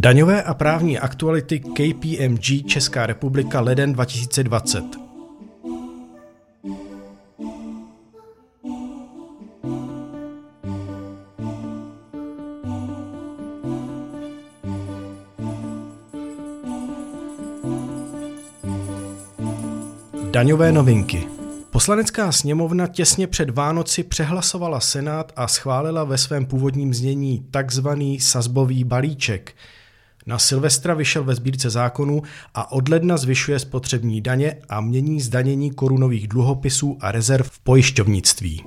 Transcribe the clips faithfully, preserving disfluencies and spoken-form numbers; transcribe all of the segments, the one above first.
Daňové a právní aktuality K P M G Česká republika leden dva tisíce dvacet. Daňové novinky. Poslanecká sněmovna těsně před Vánoci přehlasovala Senát a schválila ve svém původním znění takzvaný sazbový balíček. Na Silvestra vyšel ve Sbírce zákonů a od ledna zvyšuje spotřební daně a mění zdanění korunových dluhopisů a rezerv v pojišťovnictví.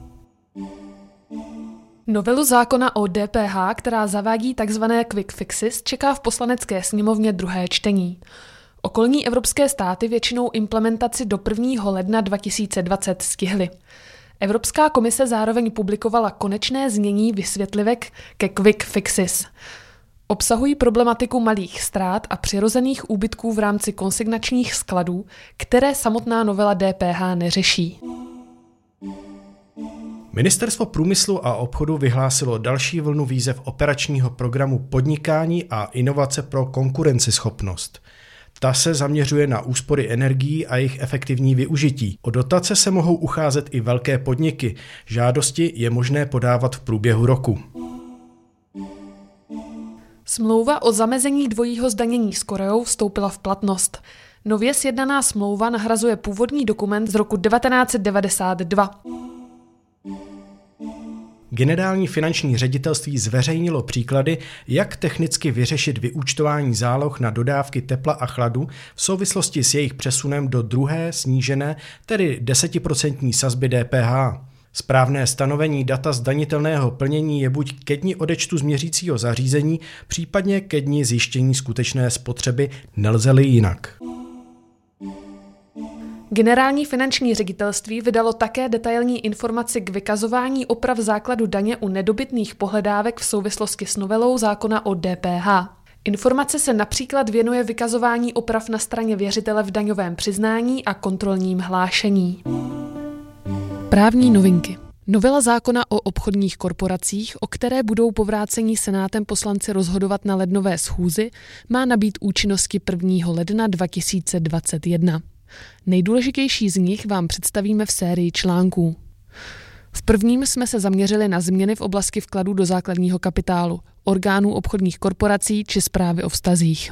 Novelu zákona o D P H, která zavádí takzvané quick fixes, čeká v Poslanecké sněmovně druhé čtení. Okolní evropské státy většinou implementaci do prvního ledna dva tisíce dvacet stihly. Evropská komise zároveň publikovala konečné znění vysvětlivek ke quick fixes. Obsahují problematiku malých ztrát a přirozených úbytků v rámci konsignačních skladů, které samotná novela D P H neřeší. Ministerstvo průmyslu a obchodu vyhlásilo další vlnu výzev operačního programu Podnikání a inovace pro konkurenceschopnost. Ta se zaměřuje na úspory energií a jejich efektivní využití. O dotace se mohou ucházet i velké podniky. Žádosti je možné podávat v průběhu roku. Smlouva o zamezení dvojího zdanění s Koreou vstoupila v platnost. Nově sjednaná smlouva nahrazuje původní dokument z roku devatenáct set devadesát dva. Generální finanční ředitelství zveřejnilo příklady, jak technicky vyřešit vyúčtování záloh na dodávky tepla a chladu v souvislosti s jejich přesunem do druhé snížené, tedy desetiprocentní sazby D P H. Správné stanovení data zdanitelného plnění je buď ke dni odečtu z měřícího zařízení, případně ke dni zjištění skutečné spotřeby, nelze-li jinak. Generální finanční ředitelství vydalo také detailní informaci k vykazování oprav základu daně u nedobytných pohledávek v souvislosti s novelou zákona o D P H. Informace se například věnuje vykazování oprav na straně věřitele v daňovém přiznání a kontrolním hlášení. Právní novinky. Novela zákona o obchodních korporacích, o které budou po vrácení Senátem poslanci rozhodovat na lednové schůzi, má nabýt účinnosti prvního ledna dva tisíce dvacet jedna. Nejdůležitější z nich vám představíme v sérii článků. V prvním jsme se zaměřili na změny v oblasti vkladů do základního kapitálu, orgánů obchodních korporací či zprávy o vztazích.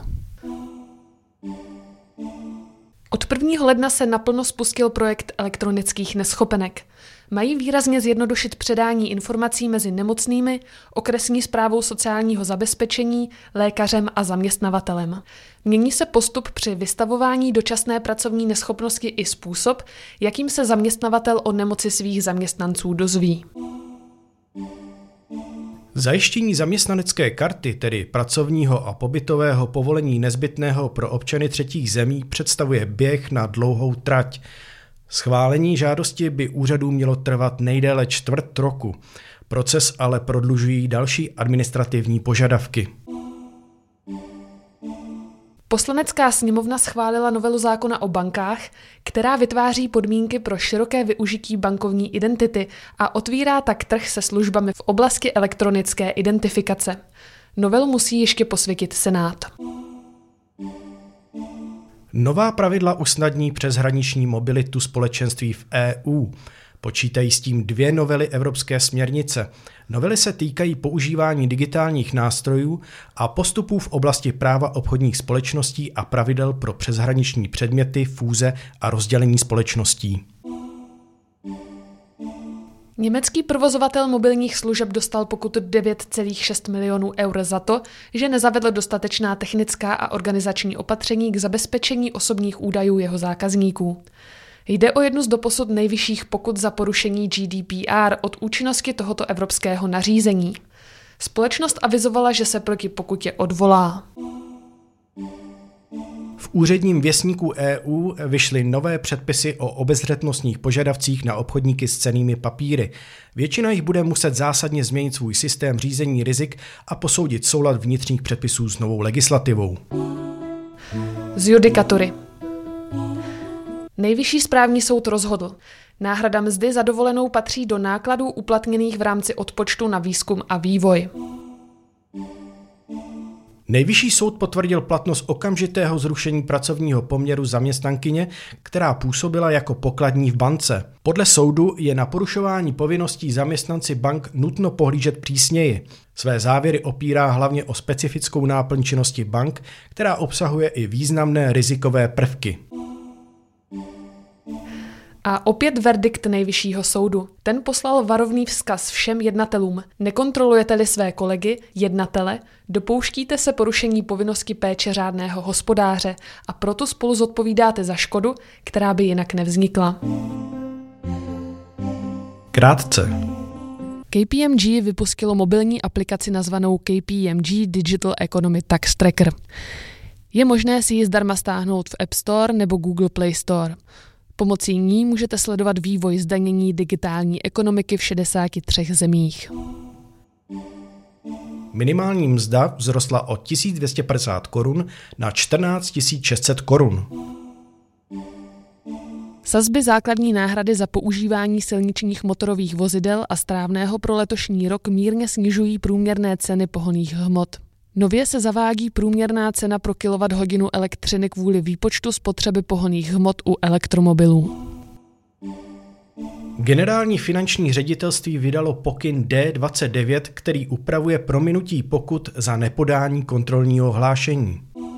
Od prvního ledna se naplno spustil projekt elektronických neschopenek. Mají výrazně zjednodušit předání informací mezi nemocnými, okresní správou sociálního zabezpečení, lékařem a zaměstnavatelem. Mění se postup při vystavování dočasné pracovní neschopnosti i způsob, jakým se zaměstnavatel o nemoci svých zaměstnanců dozví. Zajištění zaměstnanecké karty, tedy pracovního a pobytového povolení nezbytného pro občany třetích zemí, představuje běh na dlouhou trať. Schválení žádosti by úřadů mělo trvat nejdéle čtvrt roku. Proces ale prodlužují další administrativní požadavky. Poslanecká sněmovna schválila novelu zákona o bankách, která vytváří podmínky pro široké využití bankovní identity a otvírá tak trh se službami v oblasti elektronické identifikace. Novelu musí ještě posvětit Senát. Nová pravidla usnadní přeshraniční mobilitu společenství v E U. Počítají s tím dvě novely evropské směrnice. Novely se týkají používání digitálních nástrojů a postupů v oblasti práva obchodních společností a pravidel pro přeshraniční předměty, fúze a rozdělení společností. Německý provozovatel mobilních služeb dostal pokutu devět celá šest milionů eur za to, že nezavedl dostatečná technická a organizační opatření k zabezpečení osobních údajů jeho zákazníků. Jde o jednu z doposud nejvyšších pokut za porušení G D P R od účinnosti tohoto evropského nařízení. Společnost avizovala, že se proti pokutě odvolá. V úředním věstníku E U vyšly nové předpisy o obezřetnostních požadavcích na obchodníky s cennými papíry. Většina jich bude muset zásadně změnit svůj systém řízení rizik a posoudit soulad vnitřních předpisů s novou legislativou. Z judikatury. Nejvyšší správní soud rozhodl. Náhrada mzdy za dovolenou patří do nákladů uplatněných v rámci odpočtu na výzkum a vývoj. Nejvyšší soud potvrdil platnost okamžitého zrušení pracovního poměru zaměstnankyně, která působila jako pokladní v bance. Podle soudu je na porušování povinností zaměstnanci bank nutno pohlížet přísněji. Své závěry opírá hlavně o specifickou náplň činnosti bank, která obsahuje i významné rizikové prvky. A opět verdikt Nejvyššího soudu. Ten poslal varovný vzkaz všem jednatelům. Nekontrolujete-li své kolegy, jednatele, dopouštíte se porušení povinnosti péče řádného hospodáře a proto spolu zodpovídáte za škodu, která by jinak nevznikla. Krátce. K P M G vypustilo mobilní aplikaci nazvanou K P M G Digital Economy Tax Tracker. Je možné si ji zdarma stáhnout v App Store nebo Google Play Store. Pomocí ní můžete sledovat vývoj zdanění digitální ekonomiky v šedesáti třech zemích. Minimální mzda vzrostla o tisíc dvě stě padesát korun na čtrnáct tisíc šest set korun. Sazby základní náhrady za používání silničních motorových vozidel a strávného pro letošní rok mírně snižují průměrné ceny pohonných hmot. Nově se zavádí průměrná cena pro kilowatthodinu elektřiny kvůli výpočtu spotřeby pohonných hmot u elektromobilů. Generální finanční ředitelství vydalo pokyn D dvacet devět, který upravuje prominutí pokut za nepodání kontrolního hlášení.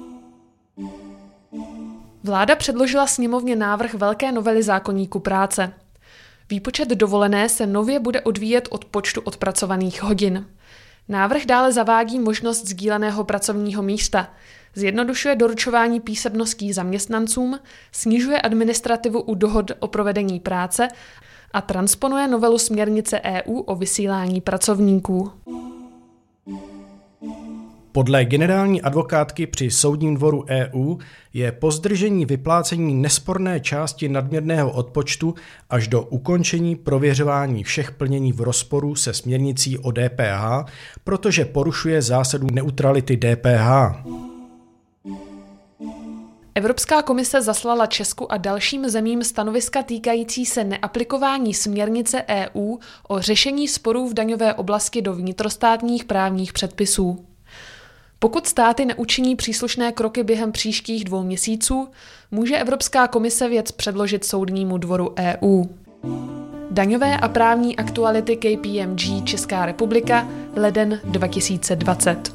Vláda předložila sněmovně návrh velké novely zákoníku práce. Výpočet dovolené se nově bude odvíjet od počtu odpracovaných hodin. Návrh dále zavádí možnost sdíleného pracovního místa, zjednodušuje doručování písemností zaměstnancům, snižuje administrativu u dohod o provedení práce a transponuje novelu směrnice E U o vysílání pracovníků. Podle generální advokátky při Soudním dvoru E U je po zdržení vyplácení nesporné části nadměrného odpočtu až do ukončení prověřování všech plnění v rozporu se směrnicí o D P H, protože porušuje zásadu neutrality D P H. Evropská komise zaslala Česku a dalším zemím stanoviska týkající se neaplikování směrnice E U o řešení sporů v daňové oblasti do vnitrostátních právních předpisů. Pokud státy neučiní příslušné kroky během příštích dvou měsíců, může Evropská komise věc předložit Soudnímu dvoru E U. Daňové a právní aktuality K P M G Česká republika, leden dva tisíce dvacet.